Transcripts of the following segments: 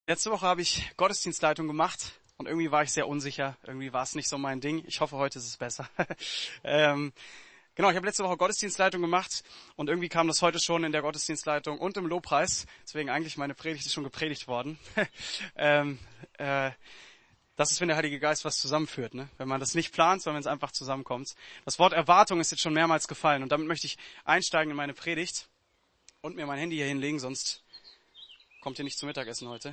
Letzte Woche habe ich Gottesdienstleitung gemacht und irgendwie war ich sehr unsicher. Irgendwie war es nicht so mein Ding. Ich hoffe, heute ist es besser. Genau, ich habe letzte Woche Gottesdienstleitung gemacht und irgendwie kam das heute schon in der Gottesdienstleitung und im Lobpreis. Deswegen eigentlich meine Predigt ist schon gepredigt worden. Das ist, wenn der Heilige Geist was zusammenführt, ne? Wenn man das nicht plant, sondern wenn es einfach zusammenkommt. Das Wort Erwartung ist jetzt schon mehrmals gefallen und damit möchte ich einsteigen in meine Predigt und mir mein Handy hier hinlegen, sonst kommt ihr nicht zum Mittagessen heute.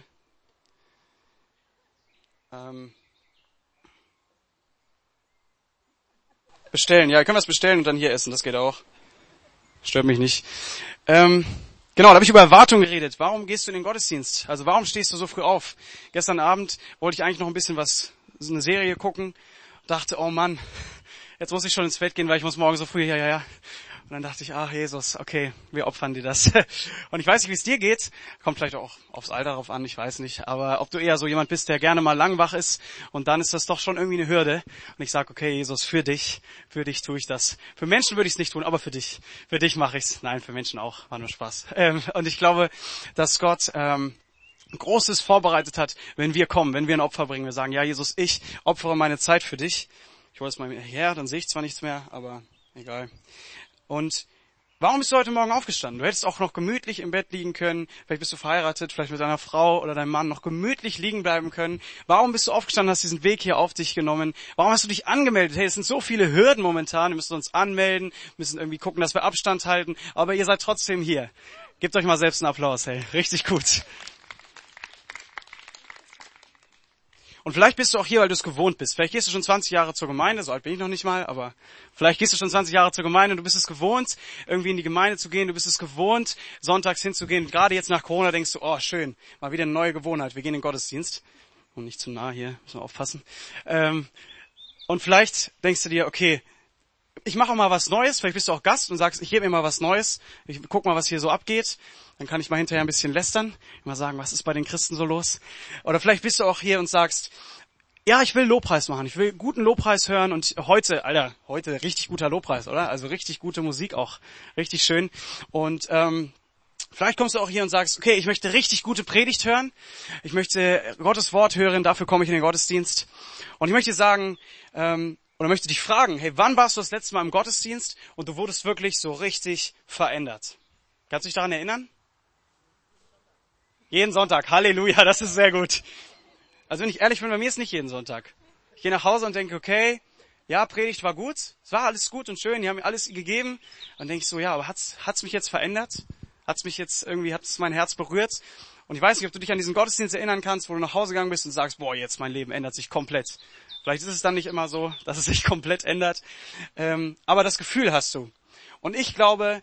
Bestellen, ja, ihr könnt was bestellen und dann hier essen, das geht auch. Stört mich nicht. Genau, da habe ich über Erwartung geredet. Warum gehst du in den Gottesdienst? Also warum stehst du so früh auf? Gestern Abend wollte ich eigentlich noch ein bisschen so eine Serie gucken. Dachte, oh Mann, jetzt muss ich schon ins Bett gehen, weil ich muss morgen so früh, ja. Und dann dachte ich, ach Jesus, okay, wir opfern dir das. Und ich weiß nicht, wie es dir geht. Kommt vielleicht auch aufs Alter darauf an, ich weiß nicht. Aber ob du eher so jemand bist, der gerne mal lang wach ist und dann ist das doch schon irgendwie eine Hürde. Und ich sage, okay Jesus, für dich tue ich das. Für Menschen würde ich es nicht tun, aber für dich mache ich es. Nein, für Menschen auch, war nur Spaß. Und ich glaube, dass Gott Großes vorbereitet hat, wenn wir kommen, wenn wir ein Opfer bringen. Wir sagen, ja Jesus, ich opfere meine Zeit für dich. Ich hole es mal her, dann sehe ich zwar nichts mehr, aber egal. Und warum bist du heute Morgen aufgestanden? Du hättest auch noch gemütlich im Bett liegen können. Vielleicht bist du verheiratet, vielleicht mit deiner Frau oder deinem Mann noch gemütlich liegen bleiben können. Warum bist du aufgestanden, hast diesen Weg hier auf dich genommen? Warum hast du dich angemeldet? Hey, es sind so viele Hürden momentan. Wir müssen uns anmelden, müssen irgendwie gucken, dass wir Abstand halten. Aber ihr seid trotzdem hier. Gebt euch mal selbst einen Applaus, hey. Richtig gut. Und vielleicht bist du auch hier, weil du es gewohnt bist. Vielleicht gehst du schon 20 Jahre zur Gemeinde, so alt bin ich noch nicht mal, aber vielleicht gehst du schon 20 Jahre zur Gemeinde und du bist es gewohnt, irgendwie in die Gemeinde zu gehen, du bist es gewohnt, sonntags hinzugehen. Und gerade jetzt nach Corona denkst du, oh schön, mal wieder eine neue Gewohnheit, wir gehen in den Gottesdienst. Und nicht zu nah hier, müssen wir aufpassen. Und vielleicht denkst du dir, okay, ich mache auch mal was Neues, vielleicht bist du auch Gast und sagst, ich gebe mir mal was Neues, ich guck mal, was hier so abgeht, dann kann ich mal hinterher ein bisschen lästern, mal sagen, was ist bei den Christen so los? Oder vielleicht bist du auch hier und sagst, ja, ich will Lobpreis machen, ich will guten Lobpreis hören und heute richtig guter Lobpreis, oder? Also richtig gute Musik auch, richtig schön. Und vielleicht kommst du auch hier und sagst, okay, ich möchte richtig gute Predigt hören, ich möchte Gottes Wort hören, dafür komme ich in den Gottesdienst. Und ich möchte sagen, oder möchte dich fragen, hey, wann warst du das letzte Mal im Gottesdienst und du wurdest wirklich so richtig verändert? Kannst du dich daran erinnern? Jeden Sonntag, Halleluja, das ist sehr gut. Also wenn ich ehrlich bin, bei mir ist nicht jeden Sonntag. Ich gehe nach Hause und denke, okay, ja, Predigt war gut, es war alles gut und schön, die haben mir alles gegeben. Dann denke ich so, ja, aber hat's mich jetzt verändert? Hat's mein Herz berührt? Und ich weiß nicht, ob du dich an diesen Gottesdienst erinnern kannst, wo du nach Hause gegangen bist und sagst, boah, jetzt mein Leben ändert sich komplett. Vielleicht ist es dann nicht immer so, dass es sich komplett ändert, aber das Gefühl hast du. Und ich glaube,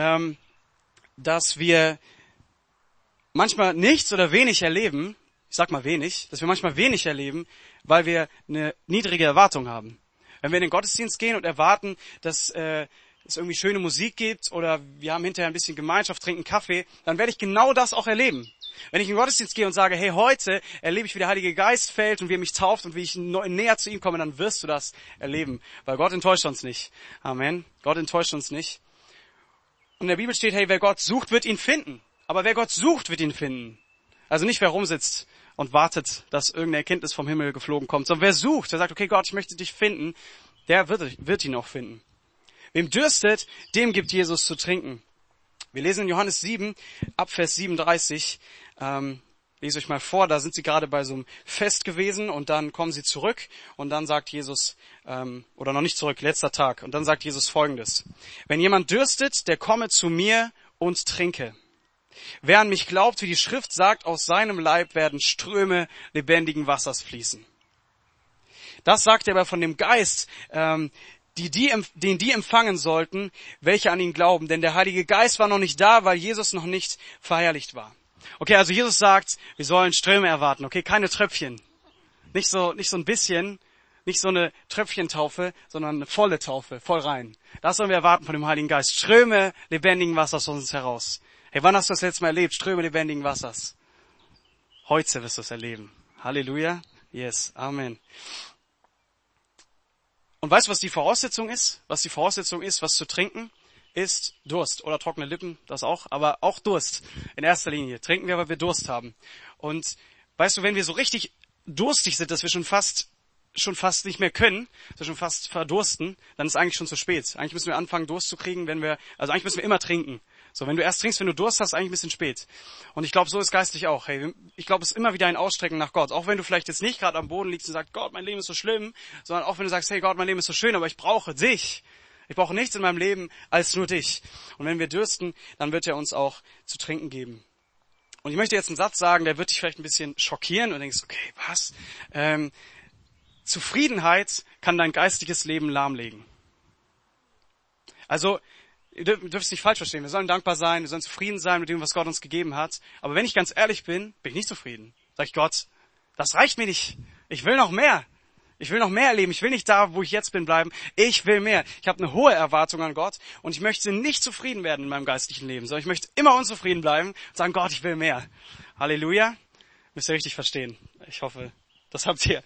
dass wir manchmal nichts oder wenig erleben, ich sag mal wenig, dass wir manchmal wenig erleben, weil wir eine niedrige Erwartung haben. Wenn wir in den Gottesdienst gehen und erwarten, dass es irgendwie schöne Musik gibt oder wir haben hinterher ein bisschen Gemeinschaft, trinken Kaffee, dann werde ich genau das auch erleben. Wenn ich in den Gottesdienst gehe und sage, hey, heute erlebe ich, wie der Heilige Geist fällt und wie er mich tauft und wie ich näher zu ihm komme, dann wirst du das erleben. Weil Gott enttäuscht uns nicht. Amen. Gott enttäuscht uns nicht. Und in der Bibel steht, hey, wer Gott sucht, wird ihn finden. Aber wer Gott sucht, wird ihn finden. Also nicht, wer rumsitzt und wartet, dass irgendeine Erkenntnis vom Himmel geflogen kommt, sondern wer sucht, der sagt, okay, Gott, ich möchte dich finden, der wird ihn auch finden. Wem dürstet, dem gibt Jesus zu trinken. Wir lesen in Johannes 7, ab Vers 37, lese euch mal vor, da sind sie gerade bei so einem Fest gewesen und dann kommen sie zurück und dann sagt Jesus, oder noch nicht zurück, letzter Tag, und dann sagt Jesus Folgendes: Wenn jemand dürstet, der komme zu mir und trinke. Wer an mich glaubt, wie die Schrift sagt, aus seinem Leib werden Ströme lebendigen Wassers fließen. Das sagt er aber von dem Geist, den die empfangen sollten, welche an ihn glauben. Denn der Heilige Geist war noch nicht da, weil Jesus noch nicht verherrlicht war. Okay, also Jesus sagt, wir sollen Ströme erwarten, okay, keine Tröpfchen. Nicht so ein bisschen, nicht so eine Tröpfchentaufe, sondern eine volle Taufe, voll rein. Das sollen wir erwarten von dem Heiligen Geist. Ströme lebendigen Wassers aus uns heraus. Hey, wann hast du das letzte Mal erlebt? Ströme lebendigen Wassers. Heute wirst du es erleben. Halleluja. Yes. Amen. Und weißt du, was die Voraussetzung ist? Was die Voraussetzung ist, was zu trinken, ist Durst. Oder trockene Lippen, das auch, aber auch Durst. In erster Linie trinken wir, weil wir Durst haben. Und weißt du, wenn wir so richtig durstig sind, dass wir schon fast nicht mehr können, dass wir schon fast verdursten, dann ist eigentlich schon zu spät. Eigentlich müssen wir anfangen, Durst zu kriegen, eigentlich müssen wir immer trinken. So, wenn du erst trinkst, wenn du Durst hast, eigentlich ein bisschen spät. Und ich glaube, so ist geistlich auch. Hey, ich glaube, es ist immer wieder ein Ausstrecken nach Gott. Auch wenn du vielleicht jetzt nicht gerade am Boden liegst und sagst, Gott, mein Leben ist so schlimm, sondern auch wenn du sagst, hey Gott, mein Leben ist so schön, aber ich brauche dich. Ich brauche nichts in meinem Leben als nur dich. Und wenn wir dürsten, dann wird er uns auch zu trinken geben. Und ich möchte jetzt einen Satz sagen, der wird dich vielleicht ein bisschen schockieren und denkst, okay, was? Zufriedenheit kann dein geistiges Leben lahmlegen. Also, ihr dürft es nicht falsch verstehen. Wir sollen dankbar sein, wir sollen zufrieden sein mit dem, was Gott uns gegeben hat. Aber wenn ich ganz ehrlich bin ich nicht zufrieden. Sag ich, Gott, das reicht mir nicht. Ich will noch mehr. Ich will noch mehr erleben. Ich will nicht da, wo ich jetzt bin, bleiben. Ich will mehr. Ich habe eine hohe Erwartung an Gott und ich möchte nicht zufrieden werden in meinem geistlichen Leben, sondern ich möchte immer unzufrieden bleiben und sagen, Gott, ich will mehr. Halleluja. Müsst ihr richtig verstehen. Ich hoffe, das habt ihr.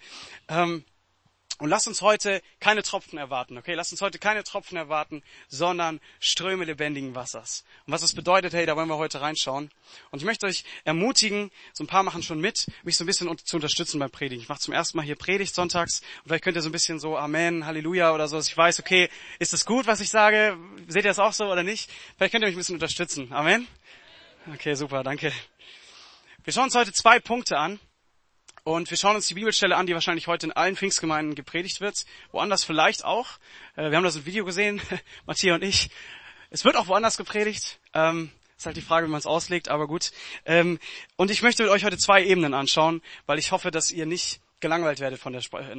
Und lasst uns heute keine Tropfen erwarten, okay? Lasst uns heute keine Tropfen erwarten, sondern Ströme lebendigen Wassers. Und was das bedeutet, hey, da wollen wir heute reinschauen. Und ich möchte euch ermutigen, so ein paar machen schon mit, mich so ein bisschen zu unterstützen beim Predigen. Ich mache zum ersten Mal hier Predigt sonntags und vielleicht könnt ihr so ein bisschen so Amen, Halleluja oder so, dass ich weiß, okay, ist das gut, was ich sage? Seht ihr das auch so oder nicht? Vielleicht könnt ihr mich ein bisschen unterstützen. Amen? Okay, super, danke. Wir schauen uns heute 2 Punkte an. Und wir schauen uns die Bibelstelle an, die wahrscheinlich heute in allen Pfingstgemeinden gepredigt wird. Woanders vielleicht auch. Wir haben das im Video gesehen, Matthias und ich. Es wird auch woanders gepredigt. Ist halt die Frage, wie man es auslegt, aber gut. Und ich möchte mit euch heute 2 Ebenen anschauen, weil ich hoffe, dass ihr nicht gelangweilt werdet von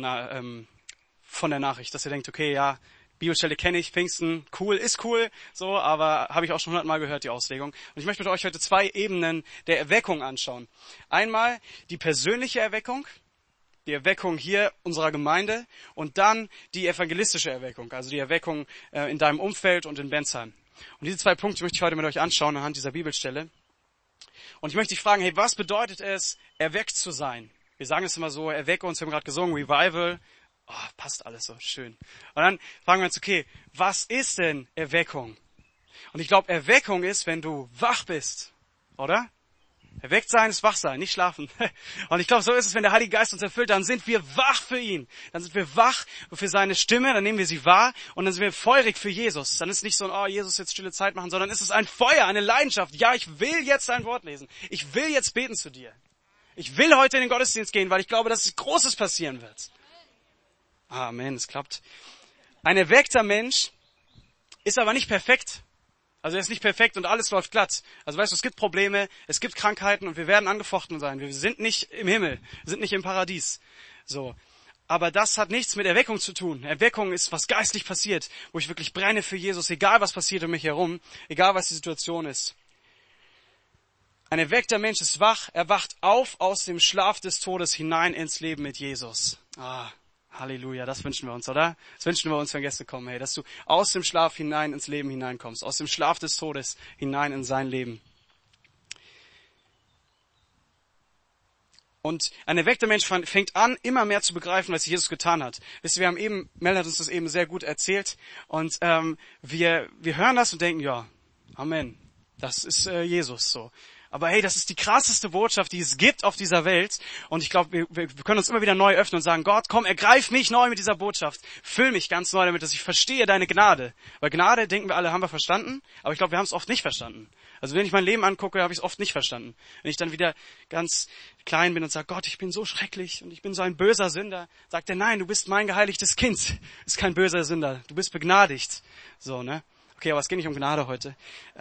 der Nachricht. Dass ihr denkt, okay, ja, Bibelstelle kenne ich, Pfingsten, cool, ist cool, so, aber habe ich auch schon 100-mal gehört, die Auslegung. Und ich möchte mit euch heute 2 Ebenen der Erweckung anschauen. Einmal die persönliche Erweckung, die Erweckung hier unserer Gemeinde und dann die evangelistische Erweckung, also die Erweckung in deinem Umfeld und in Bensheim. Und diese 2 Punkte möchte ich heute mit euch anschauen anhand dieser Bibelstelle. Und ich möchte dich fragen, hey, was bedeutet es, erweckt zu sein? Wir sagen es immer so, erwecke uns, wir haben gerade gesungen, Revival. Oh, passt alles so schön. Und dann fragen wir uns, okay, was ist denn Erweckung? Und ich glaube, Erweckung ist, wenn du wach bist, oder? Erweckt sein ist wach sein, nicht schlafen. Und ich glaube, so ist es, wenn der Heilige Geist uns erfüllt, dann sind wir wach für ihn. Dann sind wir wach für seine Stimme, dann nehmen wir sie wahr und dann sind wir feurig für Jesus. Dann ist nicht so ein, oh, Jesus, jetzt stille Zeit machen, sondern ist es ein Feuer, eine Leidenschaft. Ja, ich will jetzt dein Wort lesen. Ich will jetzt beten zu dir. Ich will heute in den Gottesdienst gehen, weil ich glaube, dass Großes passieren wird. Amen, es klappt. Ein erweckter Mensch ist aber nicht perfekt. Also er ist nicht perfekt und alles läuft glatt. Also weißt du, es gibt Probleme, es gibt Krankheiten und wir werden angefochten sein. Wir sind nicht im Himmel, wir sind nicht im Paradies. So. Aber das hat nichts mit Erweckung zu tun. Erweckung ist, was geistlich passiert, wo ich wirklich brenne für Jesus, egal was passiert um mich herum, egal was die Situation ist. Ein erweckter Mensch ist wach, er wacht auf aus dem Schlaf des Todes hinein ins Leben mit Jesus. Halleluja, das wünschen wir uns, oder? Das wünschen wir uns, wenn Gäste kommen, hey, dass du aus dem Schlaf hinein ins Leben hineinkommst, aus dem Schlaf des Todes hinein in sein Leben. Und ein erweckter Mensch fängt an, immer mehr zu begreifen, was Jesus getan hat. Wisst ihr, Mel hat uns das eben sehr gut erzählt und wir hören das und denken, ja, Amen, das ist Jesus so. Aber hey, das ist die krasseste Botschaft, die es gibt auf dieser Welt. Und ich glaube, wir können uns immer wieder neu öffnen und sagen, Gott, komm, ergreif mich neu mit dieser Botschaft. Füll mich ganz neu damit, dass ich verstehe deine Gnade. Weil Gnade, denken wir alle, haben wir verstanden. Aber ich glaube, wir haben es oft nicht verstanden. Also wenn ich mein Leben angucke, habe ich es oft nicht verstanden. Wenn ich dann wieder ganz klein bin und sage, Gott, ich bin so schrecklich und ich bin so ein böser Sünder, sagt er, nein, du bist mein geheiligtes Kind. Du bist kein böser Sünder. Du bist begnadigt. So, ne? Okay, aber es geht nicht um Gnade heute.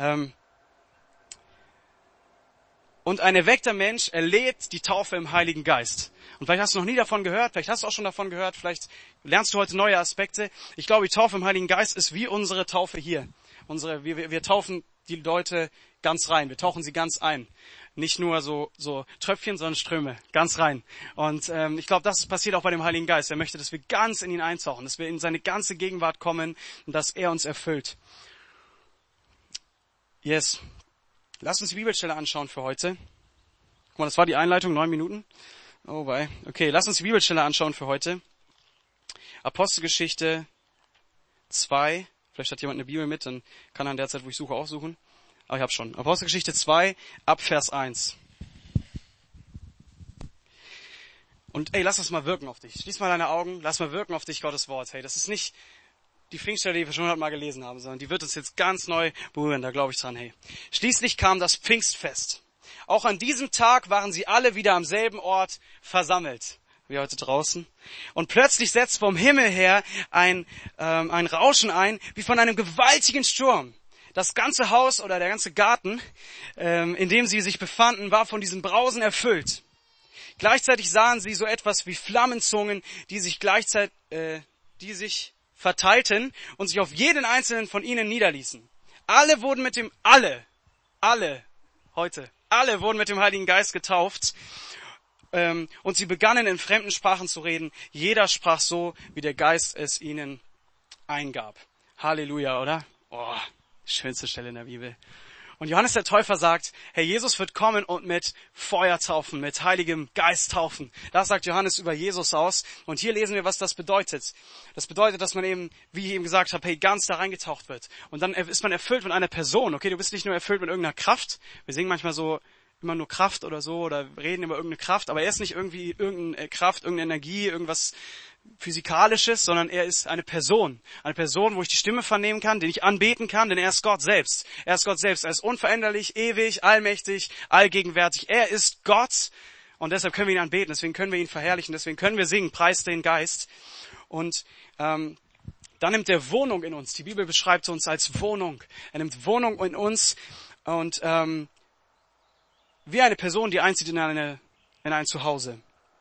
Und ein erweckter Mensch erlebt die Taufe im Heiligen Geist. Und vielleicht hast du noch nie davon gehört, vielleicht hast du auch schon davon gehört, vielleicht lernst du heute neue Aspekte. Ich glaube, die Taufe im Heiligen Geist ist wie unsere Taufe hier. Wir taufen die Leute ganz rein, wir tauchen sie ganz ein. Nicht nur so Tröpfchen, sondern Ströme, ganz rein. Und ich glaube, das passiert auch bei dem Heiligen Geist. Er möchte, dass wir ganz in ihn eintauchen, dass wir in seine ganze Gegenwart kommen und dass er uns erfüllt. Yes. Lass uns die Bibelstelle anschauen für heute. Guck mal, das war die Einleitung, 9 Minuten. Oh wei. Okay, lass uns die Bibelstelle anschauen für heute. Apostelgeschichte 2. Vielleicht hat jemand eine Bibel mit, dann kann er in der Zeit, wo ich suche, auch suchen. Aber ich habe schon. Apostelgeschichte 2, ab Vers 1. Und ey, lass das mal wirken auf dich. Schließ mal deine Augen, lass mal wirken auf dich Gottes Wort. Hey, das ist nicht die Pfingststelle, die wir schon 100-mal gelesen haben, sondern die wird uns jetzt ganz neu berühren, da glaube ich dran. Hey, schließlich kam das Pfingstfest. Auch an diesem Tag waren sie alle wieder am selben Ort versammelt, wie heute draußen. Und plötzlich setzt vom Himmel her ein Rauschen ein, wie von einem gewaltigen Sturm. Das ganze Haus oder der ganze Garten, in dem sie sich befanden, war von diesem Brausen erfüllt. Gleichzeitig sahen sie so etwas wie Flammenzungen, die sich verteilten und sich auf jeden einzelnen von ihnen niederließen. Alle wurden mit dem Heiligen Geist getauft. Und sie begannen in fremden Sprachen zu reden. Jeder sprach so, wie der Geist es ihnen eingab. Halleluja, oder? Oh, schönste Stelle in der Bibel. Und Johannes der Täufer sagt, hey, Jesus wird kommen und mit Feuer taufen, mit Heiligem Geist taufen. Das sagt Johannes über Jesus aus. Und hier lesen wir, was das bedeutet. Das bedeutet, dass man eben, wie ich eben gesagt habe, hey, ganz da reingetaucht wird. Und dann ist man erfüllt mit einer Person. Okay, du bist nicht nur erfüllt mit irgendeiner Kraft. Wir singen manchmal so immer nur Kraft oder so oder reden über irgendeine Kraft. Aber er ist nicht irgendwie irgendeine Kraft, irgendeine Energie, irgendwas Physikalisches, sondern er ist eine Person. Eine Person, wo ich die Stimme vernehmen kann, den ich anbeten kann, denn er ist Gott selbst. Er ist Gott selbst. Er ist unveränderlich, ewig, allmächtig, allgegenwärtig. Er ist Gott und deshalb können wir ihn anbeten. Deswegen können wir ihn verherrlichen. Deswegen können wir singen, preis den Geist. Und dann nimmt er Wohnung in uns. Die Bibel beschreibt uns als Wohnung. Er nimmt Wohnung in uns und wie eine Person, die einzieht in ein Zuhause.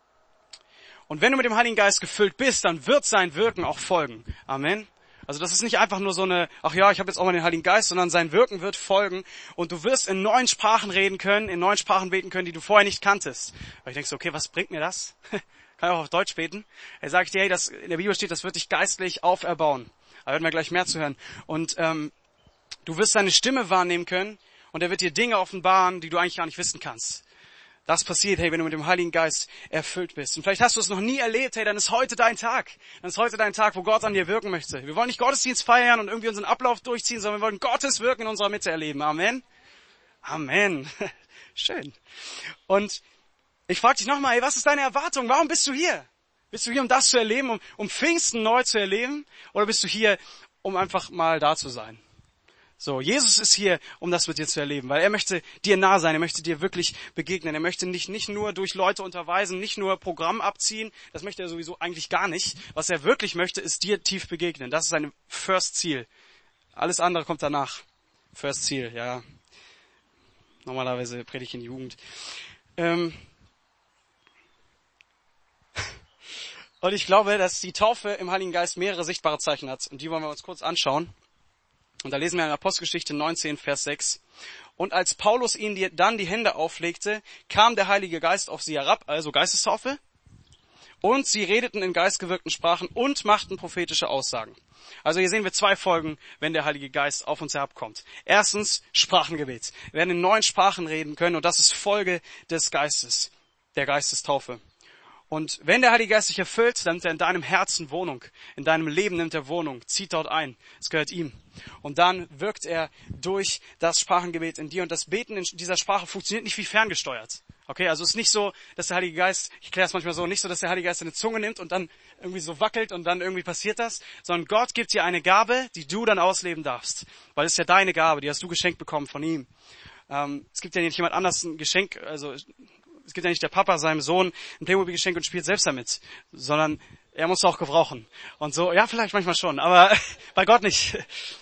Und wenn du mit dem Heiligen Geist gefüllt bist, dann wird sein Wirken auch folgen. Amen. Also das ist nicht einfach nur so eine, ach ja, ich habe jetzt auch mal den Heiligen Geist, sondern sein Wirken wird folgen und du wirst in 9 Sprachen reden können, in 9 Sprachen beten können, die du vorher nicht kanntest. Weil ich denke so, okay, was bringt mir das? Kann ich auch auf Deutsch beten? Er sagt dir, hey, das in der Bibel steht, das wird dich geistlich auferbauen. Da werden wir gleich mehr zu hören. Und du wirst seine Stimme wahrnehmen können und er wird dir Dinge offenbaren, die du eigentlich gar nicht wissen kannst. Das passiert, hey, wenn du mit dem Heiligen Geist erfüllt bist. Und vielleicht hast du es noch nie erlebt, hey, dann ist heute dein Tag. Dann ist heute dein Tag, wo Gott an dir wirken möchte. Wir wollen nicht Gottesdienst feiern und irgendwie unseren Ablauf durchziehen, sondern wir wollen Gottes Wirken in unserer Mitte erleben. Amen. Amen. Schön. Und ich frage dich nochmal, hey, was ist deine Erwartung? Warum bist du hier? Bist du hier, um das zu erleben, um Pfingsten neu zu erleben? Oder bist du hier, um einfach mal da zu sein? So, Jesus ist hier, um das mit dir zu erleben, weil er möchte dir nah sein, er möchte dir wirklich begegnen, er möchte dich nicht nur durch Leute unterweisen, nicht nur Programm abziehen, das möchte er sowieso eigentlich gar nicht. Was er wirklich möchte, ist dir tief begegnen. Das ist sein First Ziel. Alles andere kommt danach. First Ziel, ja. Normalerweise predige ich in Jugend. Und ich glaube, dass die Taufe im Heiligen Geist mehrere sichtbare Zeichen hat. Und die wollen wir uns kurz anschauen. Und da lesen wir in Apostelgeschichte 19, Vers 6. Und als Paulus ihnen dann die Hände auflegte, kam der Heilige Geist auf sie herab, also Geistestaufe. Und sie redeten in geistgewirkten Sprachen und machten prophetische Aussagen. Also hier sehen wir 2 Folgen, wenn der Heilige Geist auf uns herabkommt. Erstens Sprachengebet. Wir werden in 9 Sprachen reden können und das ist Folge des Geistes, der Geistestaufe. Und wenn der Heilige Geist dich erfüllt, dann nimmt er in deinem Herzen Wohnung. In deinem Leben nimmt er Wohnung, zieht dort ein. Es gehört ihm. Und dann wirkt er durch das Sprachengebet in dir. Und das Beten in dieser Sprache funktioniert nicht wie ferngesteuert. Okay, also es ist nicht so, dass der Heilige Geist, ich erkläre es manchmal so, nicht so, dass der Heilige Geist eine Zunge nimmt und dann irgendwie so wackelt und dann irgendwie passiert das, sondern Gott gibt dir eine Gabe, die du dann ausleben darfst. Weil es ist ja deine Gabe, die hast du geschenkt bekommen von ihm. Es gibt ja nicht jemand anders ein Geschenk, also es gibt ja nicht der Papa seinem Sohn ein Playmobil-Geschenk und spielt selbst damit, sondern er muss es auch gebrauchen. Und so, ja, vielleicht manchmal schon, aber bei Gott nicht.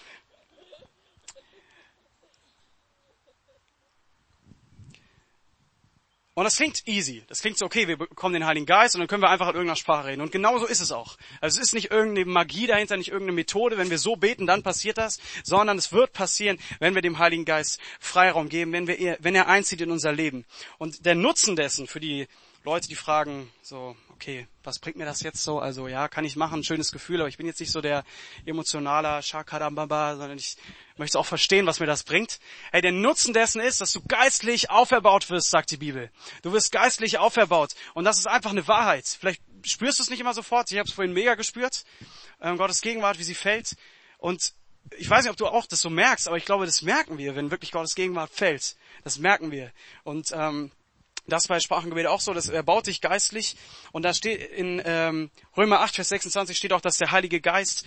Und das klingt easy. Das klingt so, okay, wir bekommen den Heiligen Geist und dann können wir einfach in irgendeiner Sprache reden. Und genau so ist es auch. Also es ist nicht irgendeine Magie dahinter, nicht irgendeine Methode. Wenn wir so beten, dann passiert das. Sondern es wird passieren, wenn wir dem Heiligen Geist Freiraum geben, wenn er einzieht in unser Leben. Und der Nutzen dessen für die Leute, die fragen, so, okay, was bringt mir das jetzt so? Also ja, kann ich machen, schönes Gefühl, aber ich bin jetzt nicht so der emotionaler Shakadambaba, sondern ich möchte auch verstehen, was mir das bringt. Hey, der Nutzen dessen ist, dass du geistlich auferbaut wirst, sagt die Bibel. Du wirst geistlich auferbaut und das ist einfach eine Wahrheit. Vielleicht spürst du es nicht immer sofort, ich habe es vorhin mega gespürt, Gottes Gegenwart, wie sie fällt. Und ich weiß nicht, ob du auch das so merkst, aber ich glaube, das merken wir, wenn wirklich Gottes Gegenwart fällt. Das merken wir. Und Das bei Sprachengebet auch so, das erbaut dich geistlich. Und da steht in Römer 8, Vers 26 steht auch, dass der Heilige Geist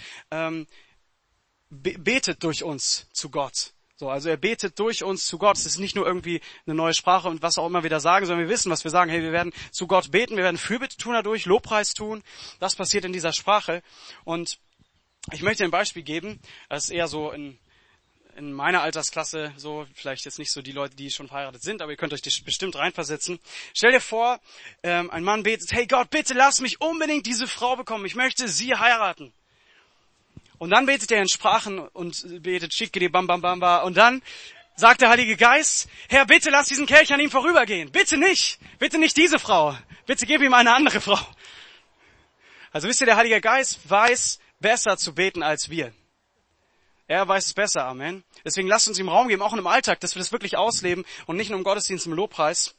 betet durch uns zu Gott. So, also er betet durch uns zu Gott. Es ist nicht nur irgendwie eine neue Sprache und was auch immer wir da sagen, sondern wir wissen, was wir sagen. Hey, wir werden zu Gott beten, wir werden Fürbitte tun dadurch, Lobpreis tun. Das passiert in dieser Sprache. Und ich möchte ein Beispiel geben. Das ist eher so in meiner Altersklasse, so vielleicht jetzt nicht so die Leute, die schon verheiratet sind, aber ihr könnt euch das bestimmt reinversetzen. Stell dir vor, ein Mann betet, hey Gott, bitte lass mich unbedingt diese Frau bekommen, ich möchte sie heiraten. Und dann betet er in Sprachen und betet Shikiri Bam Bam Bam Bam und dann sagt der Heilige Geist, Herr, bitte lass diesen Kelch an ihm vorübergehen. Bitte nicht diese Frau. Bitte gib ihm eine andere Frau. Also wisst ihr, der Heilige Geist weiß besser zu beten als wir. Er weiß es besser, Amen. Deswegen lasst uns ihm Raum geben, auch im Alltag, dass wir das wirklich ausleben und nicht nur im Gottesdienst, im Lobpreis.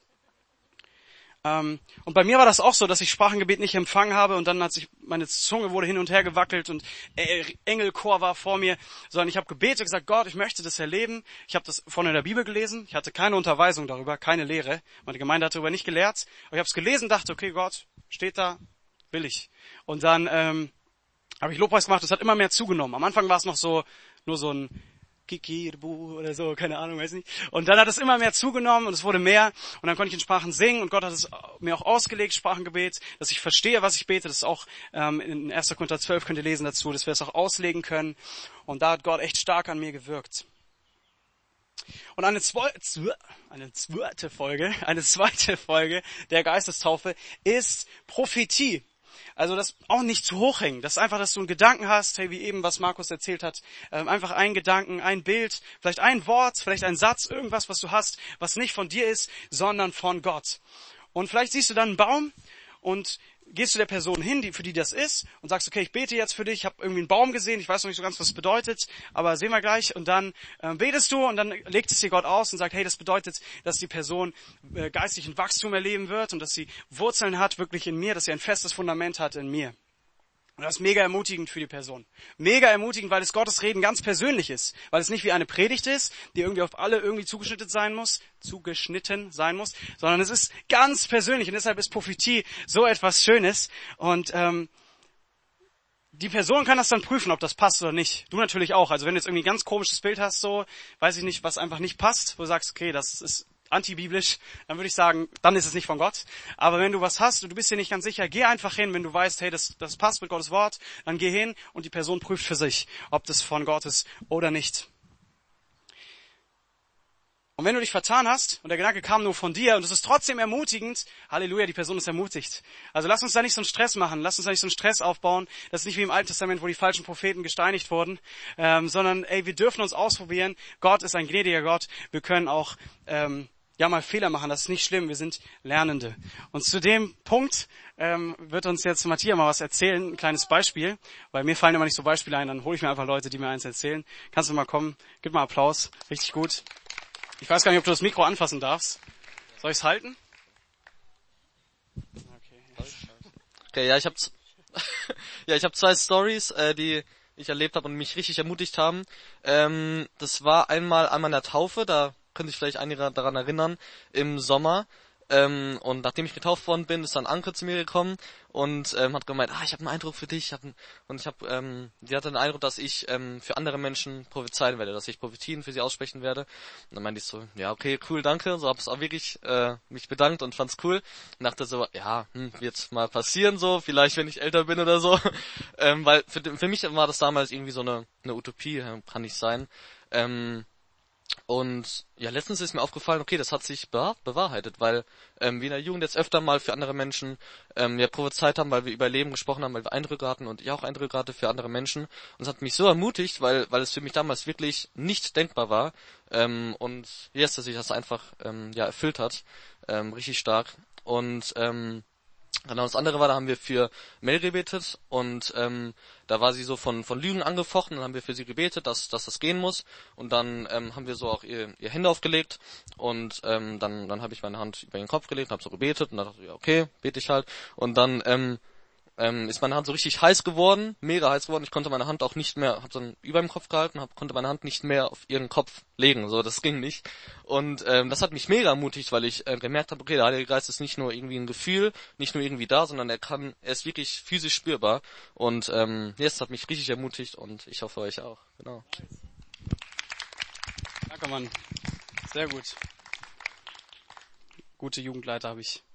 Und bei mir war das auch so, dass ich Sprachengebet nicht empfangen habe und dann hat sich meine Zunge wurde hin und her gewackelt und Engelchor war vor mir, sondern ich habe gebetet und gesagt, Gott, ich möchte das erleben. Ich habe das vorne in der Bibel gelesen. Ich hatte keine Unterweisung darüber, keine Lehre. Meine Gemeinde hat darüber nicht gelehrt. Aber ich habe es gelesen, dachte, okay, Gott, steht da, will ich. Und dann habe ich Lobpreis gemacht, das hat immer mehr zugenommen. Am Anfang war es noch so, nur so ein Kikirbu oder so, keine Ahnung, weiß nicht. Und dann hat es immer mehr zugenommen und es wurde mehr. Und dann konnte ich in Sprachen singen und Gott hat es mir auch ausgelegt, Sprachengebet, dass ich verstehe, was ich bete. Das ist auch in 1. Korinther 12 könnt ihr lesen dazu, dass wir es auch auslegen können. Und da hat Gott echt stark an mir gewirkt. Und eine zweite Folge der Geistestaufe ist Prophetie. Also das auch nicht zu hoch hängen. Das ist einfach, dass du einen Gedanken hast, hey, wie eben, was Markus erzählt hat. Einfach einen Gedanken, ein Bild, vielleicht ein Wort, vielleicht ein Satz, irgendwas, was du hast, was nicht von dir ist, sondern von Gott. Und vielleicht siehst du dann einen Baum und gehst zu der Person hin, für die das ist, und sagst, okay, ich bete jetzt für dich, ich habe irgendwie einen Baum gesehen, ich weiß noch nicht so ganz, was es bedeutet, aber sehen wir gleich. Und dann betest du und dann legt es dir Gott aus und sagt, hey, das bedeutet, dass die Person geistlichen Wachstum erleben wird und dass sie Wurzeln hat wirklich in mir, dass sie ein festes Fundament hat in mir. Und das ist mega ermutigend für die Person. Mega ermutigend, weil es Gottes Reden ganz persönlich ist. Weil es nicht wie eine Predigt ist, die irgendwie auf alle irgendwie zugeschnitten sein muss, sondern es ist ganz persönlich. Und deshalb ist Prophetie so etwas Schönes. Und die Person kann das dann prüfen, ob das passt oder nicht. Du natürlich auch. Also wenn du jetzt irgendwie ein ganz komisches Bild hast, so, weiß ich nicht, was einfach nicht passt, wo du sagst, okay, das ist antibiblisch, dann würde ich sagen, dann ist es nicht von Gott. Aber wenn du was hast und du bist dir nicht ganz sicher, geh einfach hin, wenn du weißt, hey, das passt mit Gottes Wort, dann geh hin und die Person prüft für sich, ob das von Gott ist oder nicht. Und wenn du dich vertan hast und der Gedanke kam nur von dir und es ist trotzdem ermutigend, Halleluja, die Person ist ermutigt. Also lass uns da nicht so einen Stress machen, lass uns da nicht so einen Stress aufbauen. Das ist nicht wie im Alten Testament, wo die falschen Propheten gesteinigt wurden, sondern ey, wir dürfen uns ausprobieren. Gott ist ein gnädiger Gott. Wir können auch mal Fehler machen, das ist nicht schlimm, wir sind Lernende. Und zu dem Punkt wird uns jetzt Matthias mal was erzählen, ein kleines Beispiel, weil mir fallen immer nicht so Beispiele ein, dann hole ich mir einfach Leute, die mir eins erzählen. Kannst du mal kommen, gib mal Applaus, richtig gut. Ich weiß gar nicht, ob du das Mikro anfassen darfst. Soll ich es halten? Okay, ja, ich habe zwei Stories, die ich erlebt habe und mich richtig ermutigt haben. Das war einmal an meiner Taufe, da können sich vielleicht einige daran erinnern, im Sommer. Und nachdem ich getauft worden bin, ist dann Anke zu mir gekommen und hat gemeint, ich habe einen Eindruck für dich. Die hatte den Eindruck, dass ich für andere Menschen prophezeien werde, dass ich Prophetien für sie aussprechen werde. Und dann meinte ich so, ja, okay, cool, danke. So hab's auch wirklich mich bedankt und fand's cool. Und dachte so, ja, wird mal passieren so, vielleicht wenn ich älter bin oder so. Weil für mich war das damals irgendwie so eine Utopie, kann nicht sein. Und ja, letztens ist mir aufgefallen, okay, das hat sich bewahrheitet, weil wir in der Jugend jetzt öfter mal für andere Menschen prophezeit haben, weil wir über Leben gesprochen haben, weil wir Eindrücke hatten und ich auch Eindrücke hatte für andere Menschen. Und es hat mich so ermutigt, weil es für mich damals wirklich nicht denkbar war. Und jetzt, dass sich das einfach erfüllt hat, richtig stark. Und genau, das andere war, da haben wir für Mel gebetet und da war sie so von Lügen angefochten, dann haben wir für sie gebetet, dass das gehen muss und dann haben wir so auch ihr Hände aufgelegt und dann habe ich meine Hand über ihren Kopf gelegt und habe so gebetet und dann dachte ich, ja, okay, bete ich halt und dann ist meine Hand so richtig heiß geworden, mega heiß geworden. Ich konnte meine Hand auch nicht mehr, habe dann über dem Kopf gehalten, konnte meine Hand nicht mehr auf ihren Kopf legen, so, das ging nicht. Und das hat mich mega ermutigt, weil ich gemerkt habe, okay, der Heilige Geist ist nicht nur irgendwie ein Gefühl, nicht nur irgendwie da, sondern er ist wirklich physisch spürbar. Und das hat mich richtig ermutigt und ich hoffe euch auch. Genau. Danke, Mann. Sehr gut. Gute Jugendleiter habe ich.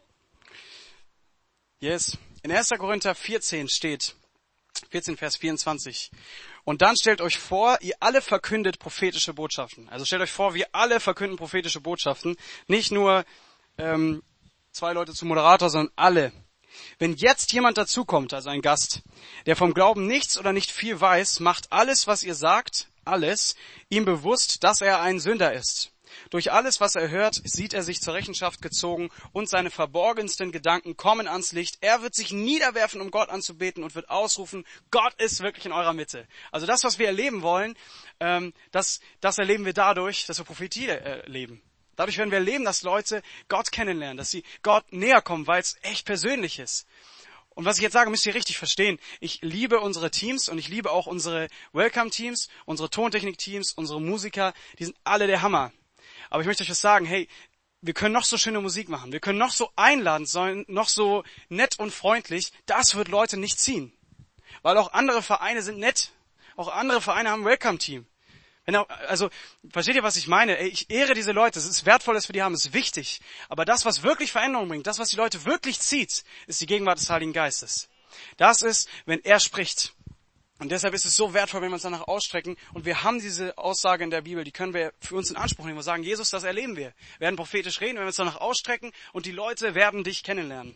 Yes. In 1. Korinther 14 steht, 14 Vers 24. Und dann stellt euch vor, ihr alle verkündet prophetische Botschaften. Also stellt euch vor, wir alle verkünden prophetische Botschaften. Nicht nur 2 Leute zum Moderator, sondern alle. Wenn jetzt jemand dazukommt, also ein Gast, der vom Glauben nichts oder nicht viel weiß, macht alles, was ihr sagt, alles, ihm bewusst, dass er ein Sünder ist. Durch alles, was er hört, sieht er sich zur Rechenschaft gezogen und seine verborgensten Gedanken kommen ans Licht. Er wird sich niederwerfen, um Gott anzubeten und wird ausrufen, Gott ist wirklich in eurer Mitte. Also das, was wir erleben wollen, das erleben wir dadurch, dass wir Prophetie leben. Dadurch werden wir erleben, dass Leute Gott kennenlernen, dass sie Gott näher kommen, weil es echt persönlich ist. Und was ich jetzt sage, müsst ihr richtig verstehen. Ich liebe unsere Teams und ich liebe auch unsere Welcome-Teams, unsere Tontechnik-Teams, unsere Musiker, die sind alle der Hammer. Aber ich möchte euch was sagen, hey, wir können noch so schöne Musik machen, wir können noch so einladend sein, noch so nett und freundlich, das wird Leute nicht ziehen. Weil auch andere Vereine sind nett, auch andere Vereine haben ein Welcome-Team. Also, versteht ihr, was ich meine? Ey, ich ehre diese Leute, es ist wertvoll, dass wir die haben, es ist wichtig. Aber das, was wirklich Veränderung bringt, das, was die Leute wirklich zieht, ist die Gegenwart des Heiligen Geistes. Das ist, wenn er spricht. Und deshalb ist es so wertvoll, wenn wir uns danach ausstrecken. Und wir haben diese Aussage in der Bibel, die können wir für uns in Anspruch nehmen. Wir sagen, Jesus, das erleben wir. Wir werden prophetisch reden, wenn wir uns danach ausstrecken und die Leute werden dich kennenlernen.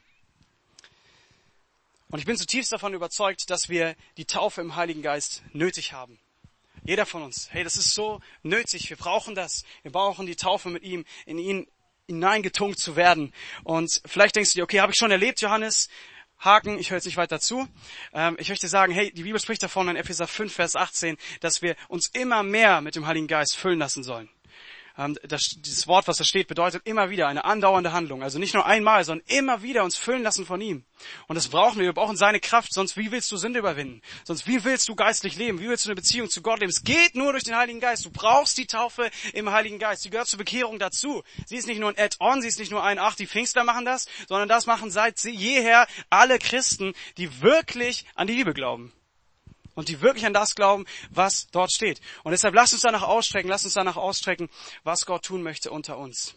Und ich bin zutiefst davon überzeugt, dass wir die Taufe im Heiligen Geist nötig haben. Jeder von uns. Hey, das ist so nötig. Wir brauchen das. Wir brauchen die Taufe mit ihm, in ihn hineingetunkt zu werden. Und vielleicht denkst du dir, okay, habe ich schon erlebt, Johannes? Haken, ich höre jetzt nicht weiter zu. Ich möchte sagen, hey, die Bibel spricht davon in Epheser 5, Vers 18, dass wir uns immer mehr mit dem Heiligen Geist füllen lassen sollen. Dieses Wort, was da steht, bedeutet immer wieder eine andauernde Handlung. Also nicht nur einmal, sondern immer wieder uns füllen lassen von ihm. Und das brauchen wir. Wir brauchen seine Kraft. Sonst wie willst du Sünde überwinden? Sonst wie willst du geistlich leben? Wie willst du eine Beziehung zu Gott leben? Es geht nur durch den Heiligen Geist. Du brauchst die Taufe im Heiligen Geist. Die gehört zur Bekehrung dazu. Sie ist nicht nur ein Add-on, sie ist nicht nur die Pfingstler machen das, sondern das machen seit jeher alle Christen, die wirklich an die Liebe glauben. Und die wirklich an das glauben, was dort steht. Und deshalb lasst uns danach ausstrecken, was Gott tun möchte unter uns.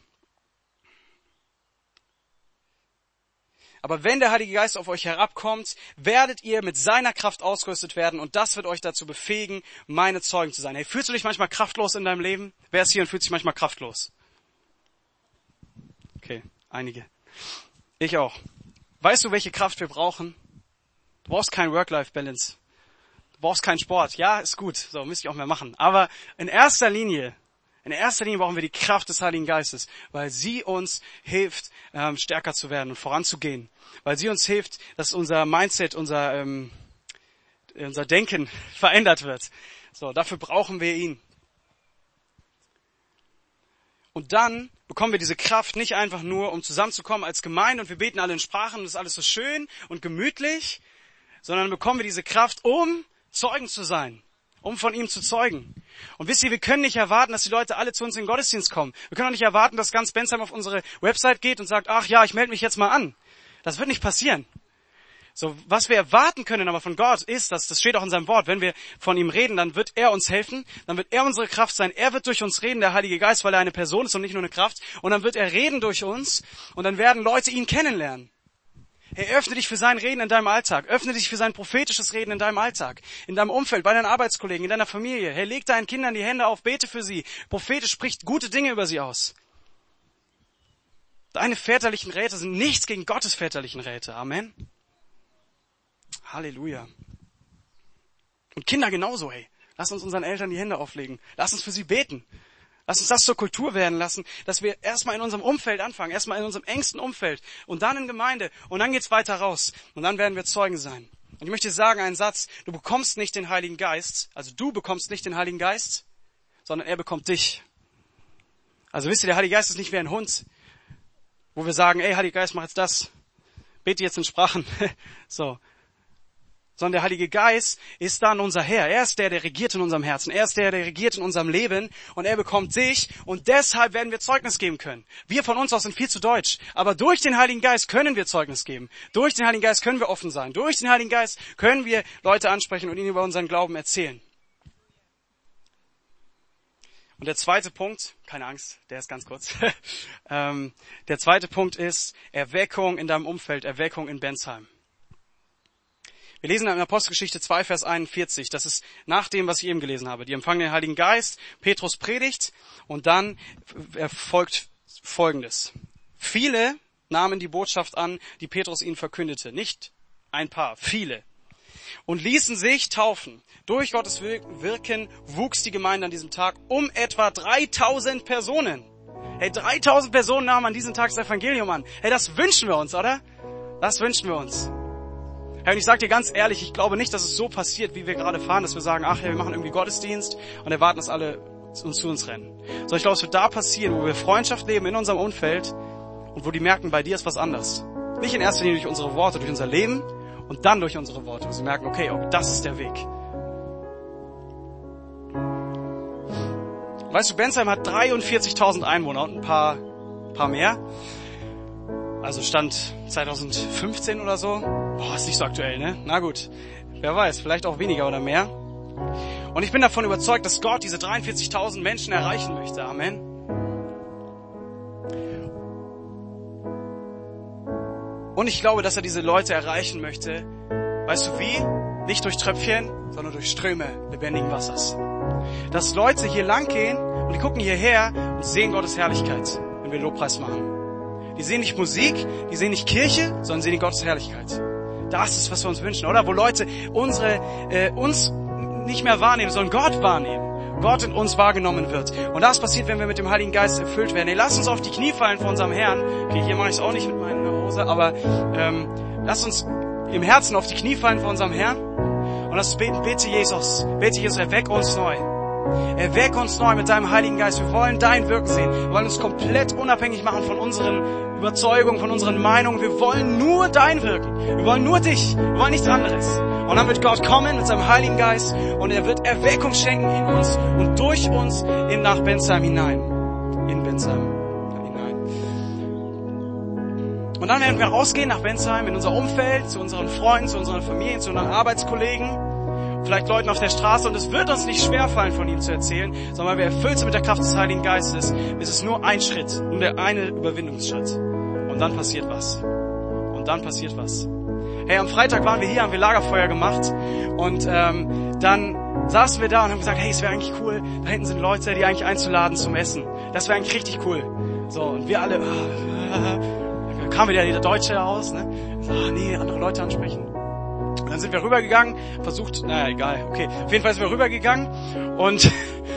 Aber wenn der Heilige Geist auf euch herabkommt, werdet ihr mit seiner Kraft ausgerüstet werden und das wird euch dazu befähigen, meine Zeugen zu sein. Hey, fühlst du dich manchmal kraftlos in deinem Leben? Wer ist hier und fühlt sich manchmal kraftlos? Okay, einige. Ich auch. Weißt du, welche Kraft wir brauchen? Du brauchst kein Work-Life-Balance. Du brauchst keinen Sport. Ja, ist gut. So, müsst ihr auch mehr machen. Aber in erster Linie brauchen wir die Kraft des Heiligen Geistes, weil sie uns hilft, stärker zu werden und voranzugehen. Weil sie uns hilft, dass unser Mindset, unser Denken verändert wird. So, dafür brauchen wir ihn. Und dann bekommen wir diese Kraft nicht einfach nur, um zusammenzukommen als Gemeinde und wir beten alle in Sprachen und das ist alles so schön und gemütlich, sondern bekommen wir diese Kraft, um Zeugen zu sein, um von ihm zu zeugen. Und wisst ihr, wir können nicht erwarten, dass die Leute alle zu uns in den Gottesdienst kommen. Wir können auch nicht erwarten, dass ganz Bensheim auf unsere Website geht und sagt, ach ja, ich melde mich jetzt mal an. Das wird nicht passieren. So, was wir erwarten können aber von Gott ist, das steht auch in seinem Wort, wenn wir von ihm reden, dann wird er uns helfen, dann wird er unsere Kraft sein, er wird durch uns reden, der Heilige Geist, weil er eine Person ist und nicht nur eine Kraft, und dann wird er reden durch uns und dann werden Leute ihn kennenlernen. Hey, öffne dich für sein Reden in deinem Alltag. Öffne dich für sein prophetisches Reden in deinem Alltag. In deinem Umfeld, bei deinen Arbeitskollegen, in deiner Familie. Hey, leg deinen Kindern die Hände auf, bete für sie. Prophetisch spricht gute Dinge über sie aus. Deine väterlichen Räte sind nichts gegen Gottes väterlichen Räte. Amen. Halleluja. Und Kinder genauso, hey. Lass uns unseren Eltern die Hände auflegen. Lass uns für sie beten. Lass uns das zur Kultur werden lassen, dass wir erstmal in unserem Umfeld anfangen, erstmal in unserem engsten Umfeld und dann in Gemeinde und dann geht's weiter raus und dann werden wir Zeugen sein. Und ich möchte dir sagen, einen Satz, du bekommst nicht den Heiligen Geist, also du bekommst nicht den Heiligen Geist, sondern er bekommt dich. Also wisst ihr, der Heilige Geist ist nicht wie ein Hund, wo wir sagen, ey, Heiliger Geist, mach jetzt das. bete jetzt in Sprachen. So. Sondern der Heilige Geist ist dann unser Herr. Er ist der regiert in unserem Herzen. Er ist der regiert in unserem Leben. Und er bekommt sich. Und deshalb werden wir Zeugnis geben können. Wir von uns aus sind viel zu deutsch. Aber durch den Heiligen Geist können wir Zeugnis geben. Durch den Heiligen Geist können wir offen sein. Durch den Heiligen Geist können wir Leute ansprechen und ihnen über unseren Glauben erzählen. Und der zweite Punkt, keine Angst, der ist ganz kurz. Der zweite Punkt ist Erweckung in deinem Umfeld, Erweckung in Bensheim. Wir lesen in Apostelgeschichte 2, Vers 41. Das ist nach dem, was ich eben gelesen habe. Die empfangen den Heiligen Geist, Petrus predigt und dann erfolgt Folgendes. Viele nahmen die Botschaft an, die Petrus ihnen verkündete. Nicht ein paar, viele. Und ließen sich taufen. Durch Gottes Wirken wuchs die Gemeinde an diesem Tag um etwa 3000 Personen. Hey, 3000 Personen nahmen an diesem Tag das Evangelium an. Hey, das wünschen wir uns, oder? Das wünschen wir uns. Hey, und ich sag dir ganz ehrlich, ich glaube nicht, dass es so passiert, wie wir gerade fahren, dass wir sagen, ach ja, wir machen irgendwie Gottesdienst und erwarten, dass alle zu uns rennen. Sondern ich glaube, es wird da passieren, wo wir Freundschaft leben in unserem Umfeld und wo die merken, bei dir ist was anders. Nicht in erster Linie durch unsere Worte, durch unser Leben und dann durch unsere Worte. Wo sie merken, okay, das ist der Weg. Weißt du, Bensheim hat 43.000 Einwohner und ein paar mehr. Also Stand 2015 oder so. Boah, ist nicht so aktuell, ne? Na gut, wer weiß, vielleicht auch weniger oder mehr. Und ich bin davon überzeugt, dass Gott diese 43.000 Menschen erreichen möchte. Amen. Und ich glaube, dass er diese Leute erreichen möchte. Weißt du wie? Nicht durch Tröpfchen, sondern durch Ströme lebendigen Wassers. Dass Leute hier lang gehen und die gucken hierher und sehen Gottes Herrlichkeit, wenn wir Lobpreis machen. Die sehen nicht Musik, die sehen nicht Kirche, sondern sehen Gottes Herrlichkeit. Das ist, was wir uns wünschen, oder? Wo Leute uns nicht mehr wahrnehmen, sondern Gott wahrnehmen. Gott in uns wahrgenommen wird. Und das passiert, wenn wir mit dem Heiligen Geist erfüllt werden. Hey, lasst uns auf die Knie fallen vor unserem Herrn. Okay, hier mache ich es auch nicht mit meiner Hose, aber lasst uns im Herzen auf die Knie fallen vor unserem Herrn. Und lasst uns beten, bitte Jesus, erweck uns neu. Erweck uns neu mit deinem Heiligen Geist. Wir wollen dein Wirken sehen. Wir wollen uns komplett unabhängig machen von unseren Überzeugungen, von unseren Meinungen. Wir wollen nur dein Wirken. Wir wollen nur dich. Wir wollen nichts anderes. Und dann wird Gott kommen mit seinem Heiligen Geist und er wird Erweckung schenken in uns und durch uns nach Bensheim hinein. In Bensheim hinein. Und dann werden wir rausgehen nach Bensheim in unser Umfeld, zu unseren Freunden, zu unseren Familien, zu unseren Arbeitskollegen. Vielleicht Leuten auf der Straße und es wird uns nicht schwerfallen, von ihm zu erzählen, sondern weil wir erfüllt sind mit der Kraft des Heiligen Geistes, ist es nur ein Schritt, nur der eine Überwindungsschritt. Und dann passiert was. Hey, am Freitag waren wir hier, haben wir Lagerfeuer gemacht und dann saßen wir da und haben gesagt, hey, es wäre eigentlich cool, da hinten sind Leute, die eigentlich einzuladen zum Essen. Das wäre eigentlich richtig cool. So, und wir alle, da kam wieder der Deutsche raus, ne? So, nee, andere Leute ansprechen. Und dann sind wir rübergegangen, okay. Auf jeden Fall sind wir rübergegangen und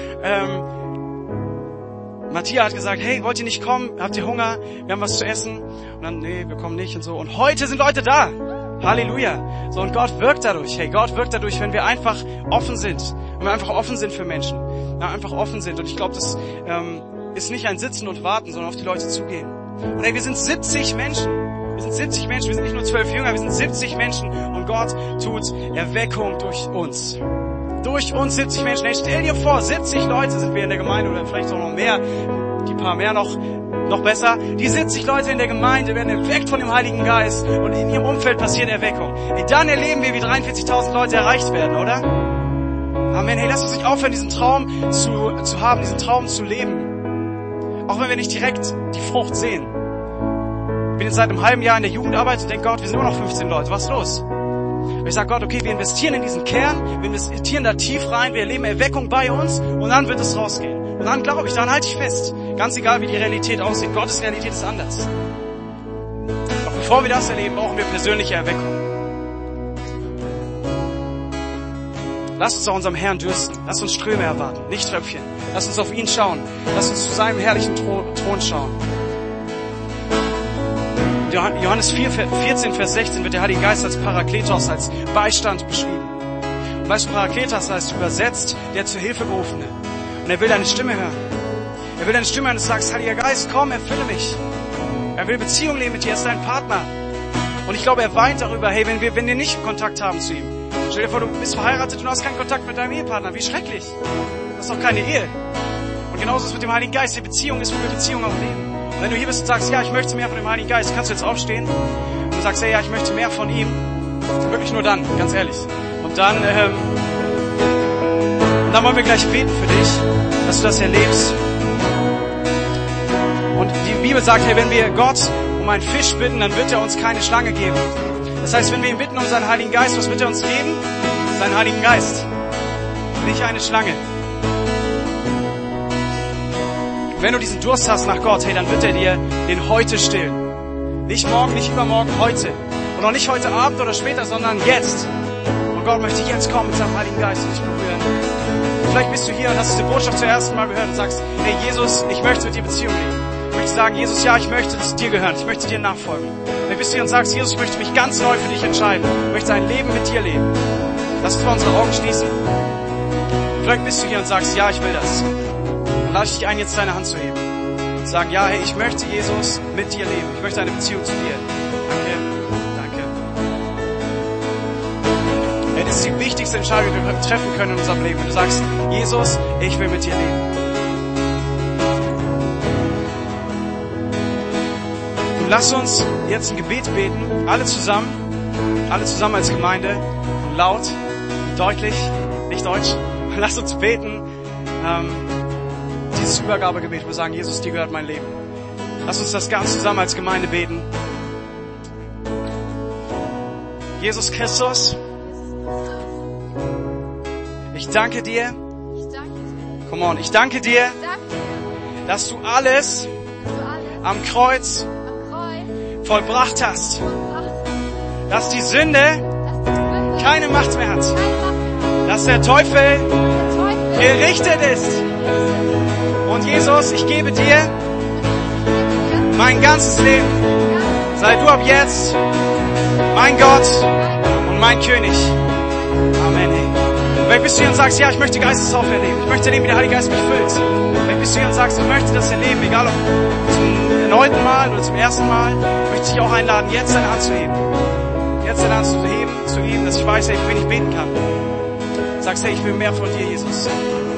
Matthias hat gesagt, hey, wollt ihr nicht kommen? Habt ihr Hunger? Wir haben was zu essen. Und dann, nee, wir kommen nicht und so. Und heute sind Leute da. Halleluja. So, und Gott wirkt dadurch. Hey, Gott wirkt dadurch, wenn wir einfach offen sind. Wenn wir einfach offen sind für Menschen. Ja, einfach offen sind. Und ich glaube, das ist nicht ein Sitzen und Warten, sondern auf die Leute zugehen. Und hey, wir sind 70 Menschen. Wir sind nicht nur 12 Jünger, wir sind 70 Menschen und Gott tut Erweckung durch uns. Durch uns 70 Menschen. Hey, stell dir vor, 70 Leute sind wir in der Gemeinde oder vielleicht auch noch mehr, die paar mehr noch besser. Die 70 Leute in der Gemeinde werden erweckt von dem Heiligen Geist und in ihrem Umfeld passiert Erweckung. Hey, dann erleben wir, wie 43.000 Leute erreicht werden, oder? Amen. Hey, lasst uns nicht aufhören, diesen Traum zu haben, diesen Traum zu leben. Auch wenn wir nicht direkt die Frucht sehen. Ich bin jetzt seit einem halben Jahr in der Jugendarbeit und denke, Gott, wir sind nur noch 15 Leute, was ist los? Und ich sage, Gott, okay, wir investieren in diesen Kern, wir investieren da tief rein, wir erleben Erweckung bei uns und dann wird es rausgehen. Und dann glaube ich, dann halte ich fest. Ganz egal, wie die Realität aussieht, Gottes Realität ist anders. Doch bevor wir das erleben, brauchen wir persönliche Erweckung. Lass uns auf unserem Herrn dürsten, lass uns Ströme erwarten, nicht Tröpfchen. Lass uns auf ihn schauen, lass uns zu seinem herrlichen Thron schauen. Johannes 14, Vers 16 wird der Heilige Geist als Parakletos, als Beistand beschrieben. Und weißt du, Parakletos heißt übersetzt, der zur Hilfe gerufene. Und er will deine Stimme hören. Er will deine Stimme hören, dass du sagst, Heiliger Geist, komm, erfülle mich. Er will Beziehung leben mit dir, er ist dein Partner. Und ich glaube, er weint darüber, hey, wenn wir nicht Kontakt haben zu ihm. Stell dir vor, du bist verheiratet und du hast keinen Kontakt mit deinem Ehepartner. Wie schrecklich. Das ist doch keine Ehe. Und genauso ist es mit dem Heiligen Geist. Die Beziehung ist, wo wir Beziehung auch leben. Und wenn du hier bist und sagst, ja, ich möchte mehr von dem Heiligen Geist, kannst du jetzt aufstehen und du sagst, hey, ja, ich möchte mehr von ihm. Wirklich nur dann, ganz ehrlich. Und dann wollen wir gleich beten für dich, dass du das erlebst. Und die Bibel sagt, hey, wenn wir Gott um einen Fisch bitten, dann wird er uns keine Schlange geben. Das heißt, wenn wir ihn bitten um seinen Heiligen Geist, was wird er uns geben? Seinen Heiligen Geist. Nicht eine Schlange. Wenn du diesen Durst hast nach Gott, hey, dann wird er dir den heute stillen. Nicht morgen, nicht übermorgen, heute. Und auch nicht heute Abend oder später, sondern jetzt. Und Gott möchte jetzt kommen mit seinem Heiligen Geist und dich berühren. Und vielleicht bist du hier und hast diese Botschaft zum ersten Mal gehört und sagst, hey Jesus, ich möchte mit dir Beziehung leben. Ich möchte sagen, Jesus, ja, ich möchte zu dir gehören. Ich möchte dir nachfolgen. Vielleicht bist du hier und sagst, Jesus, ich möchte mich ganz neu für dich entscheiden. Ich möchte ein Leben mit dir leben. Lass uns mal unsere Augen schließen. Vielleicht bist du hier und sagst, ja, ich will das. Dann lade ich dich ein, jetzt deine Hand zu heben. Und sagen, ja, hey, ich möchte, Jesus, mit dir leben. Ich möchte eine Beziehung zu dir. Danke. Hey, das ist die wichtigste Entscheidung, die wir treffen können in unserem Leben. Wenn du sagst, Jesus, ich will mit dir leben. Und lass uns jetzt ein Gebet beten. Alle zusammen als Gemeinde. Und laut, deutlich, nicht deutsch. Lass uns beten. Dieses Übergabegebet, wo wir sagen, Jesus, dir gehört mein Leben. Lass uns das ganz zusammen als Gemeinde beten. Jesus Christus, ich danke dir. Come on, ich danke dir, dass du alles am Kreuz vollbracht hast. Dass die Sünde keine Macht mehr hat. Dass der Teufel gerichtet ist. Und Jesus, ich gebe dir mein ganzes Leben. Sei du ab jetzt mein Gott und mein König. Amen. Vielleicht bist du hier und sagst, ja, ich möchte Geistestaufe erleben. Ich möchte erleben, wie der Heilige Geist mich füllt. Vielleicht bist du hier und sagst, ich möchte das erleben, egal ob zum erneuten Mal oder zum ersten Mal, möchte ich dich auch einladen, jetzt deine Hand zu heben. Jetzt deine Hand zu heben zu ihm, dass ich weiß, hey, für wen ich beten kann. Sagst, hey, ich will mehr von dir, Jesus.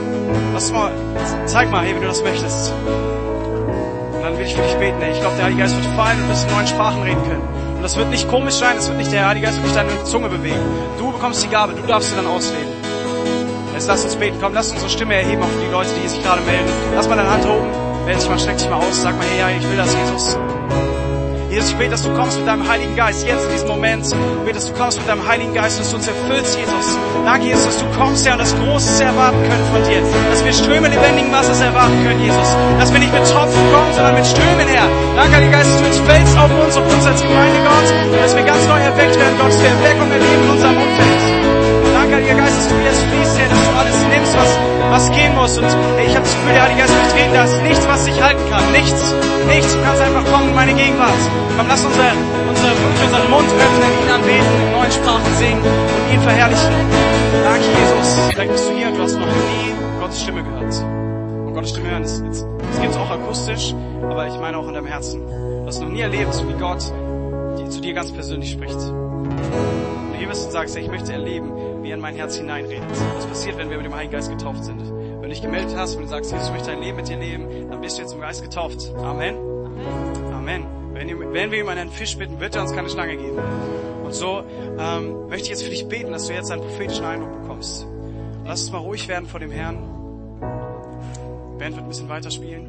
Zeig mal, hey, wie du das möchtest. Und dann will ich für dich beten, hey. Ich glaube, der Heilige Geist wird fallen und du wirst in neuen Sprachen reden können. Und das wird nicht komisch sein, der Heilige Geist wird nicht deine Zunge bewegen. Du bekommst die Gabe, du darfst sie dann ausreden. Jetzt lass uns beten, komm, lass unsere Stimme erheben auf die Leute, die sich gerade melden. Lass mal deine Hand oben, melde dich mal, streck dich mal aus, sag mal, hey, ja, ich will das, Jesus. Jesus, ich bete, dass du kommst mit deinem Heiligen Geist, jetzt in diesem Moment. Ich bete, dass du kommst mit deinem Heiligen Geist, dass du uns erfüllst, Jesus. Danke, Jesus, dass du kommst, Herr, und das Großes erwarten können von dir. Dass wir Ströme lebendigen Wassers erwarten können, Jesus. Dass wir nicht mit Tropfen kommen, sondern mit Strömen, Herr. Danke, Heiliger Geist, dass du jetzt fällst auf uns als Gemeinde, Gott. Und dass wir ganz neu erweckt werden, Gott, dass wir Erweckung erleben in unserem Umfeld. Danke, Heiliger Geist, dass du jetzt fließt, Herr, dass du alles nimmst, was gehen muss. Und ich habe das Gefühl, der Heilige Geist durchdreht, da ist nichts, was dich halten kann. Nichts. Du kannst einfach kommen in meine Gegenwart. Komm, lass unseren Mund öffnen, ihn anbeten, in neuen Sprachen singen und ihn verherrlichen. Danke, Jesus. Vielleicht bist du hier und du hast noch nie Gottes Stimme gehört. Und Gottes Stimme hören, das gibt es auch akustisch, aber ich meine auch in deinem Herzen. Du hast noch nie erlebt, wie Gott zu dir ganz persönlich spricht. Und hier bist du und sagst, ich möchte erleben, wie er in mein Herz hineinredet. Was passiert, wenn wir mit dem Heiligen Geist getauft sind? Wenn du dich gemeldet hast, wenn du sagst, Jesus, ich möchte ein Leben mit dir leben, dann bist du jetzt im Geist getauft. Amen. Amen. Wenn wir ihm einen Fisch bitten, wird er uns keine Schlange geben. Und so möchte ich jetzt für dich beten, dass du jetzt einen prophetischen Eindruck bekommst. Und lass uns mal ruhig werden vor dem Herrn. Die Band wird ein bisschen weiterspielen.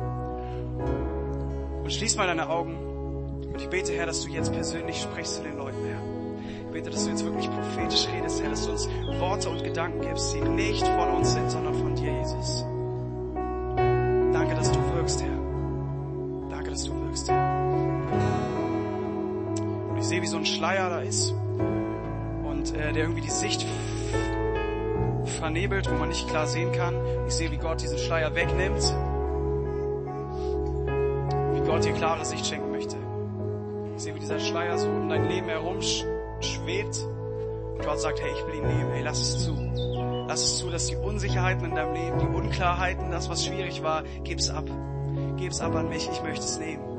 Und schließ mal deine Augen. Und ich bete, Herr, dass du jetzt persönlich sprichst zu den Leuten, Herr. Ich bete, dass du jetzt wirklich prophetisch redest, Herr, dass du uns Worte und Gedanken gibst, die nicht von uns sind, sondern von dir, Jesus. Danke, dass du wirkst, Herr. Danke, dass du wirkst, Herr. Und ich sehe, wie so ein Schleier da ist und der irgendwie die Sicht vernebelt, wo man nicht klar sehen kann. Ich sehe, wie Gott diesen Schleier wegnimmt, wie Gott dir klare Sicht schenken möchte. Ich sehe, wie dieser Schleier so um dein Leben herum schwebt und Gott sagt, hey, ich will ihn nehmen, hey, lass es zu. Lass es zu, dass die Unsicherheiten in deinem Leben, die Unklarheiten, das, was schwierig war, gib's ab. Gib's ab an mich, ich möchte es nehmen.